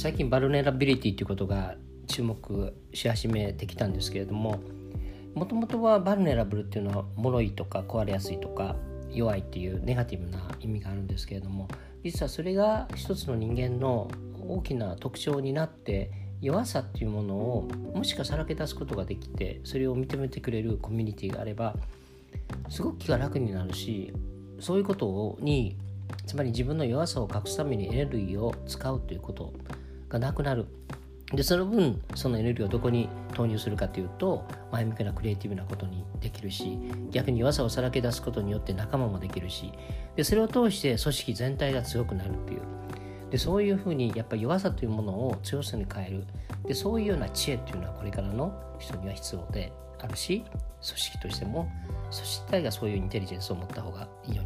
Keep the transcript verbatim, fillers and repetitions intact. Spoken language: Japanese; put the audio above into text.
最近バルネラビリティということが注目し始めてきたんですけれども、もともとはバルネラブルっていうのは脆いとか壊れやすいとか弱いっていうネガティブな意味があるんですけれども、実はそれが一つの人間の大きな特徴になって、弱さっていうものをもしかさらけ出すことができて、それを認めてくれるコミュニティがあればすごく気が楽になるし、そういうことにつまり自分の弱さを隠すためにエネルギーを使うということがなくなる。でその分そのエネルギーをどこに投入するかというと、前向きなクリエイティブなことにできるし、逆に弱さをさらけ出すことによって仲間もできるし、でそれを通して組織全体が強くなるっていう、でそういうふうにやっぱり弱さというものを強さに変える、でそういうような知恵っていうのはこれからの人には必要であるし、組織としても組織体がそういうインテリジェンスを持った方がいいように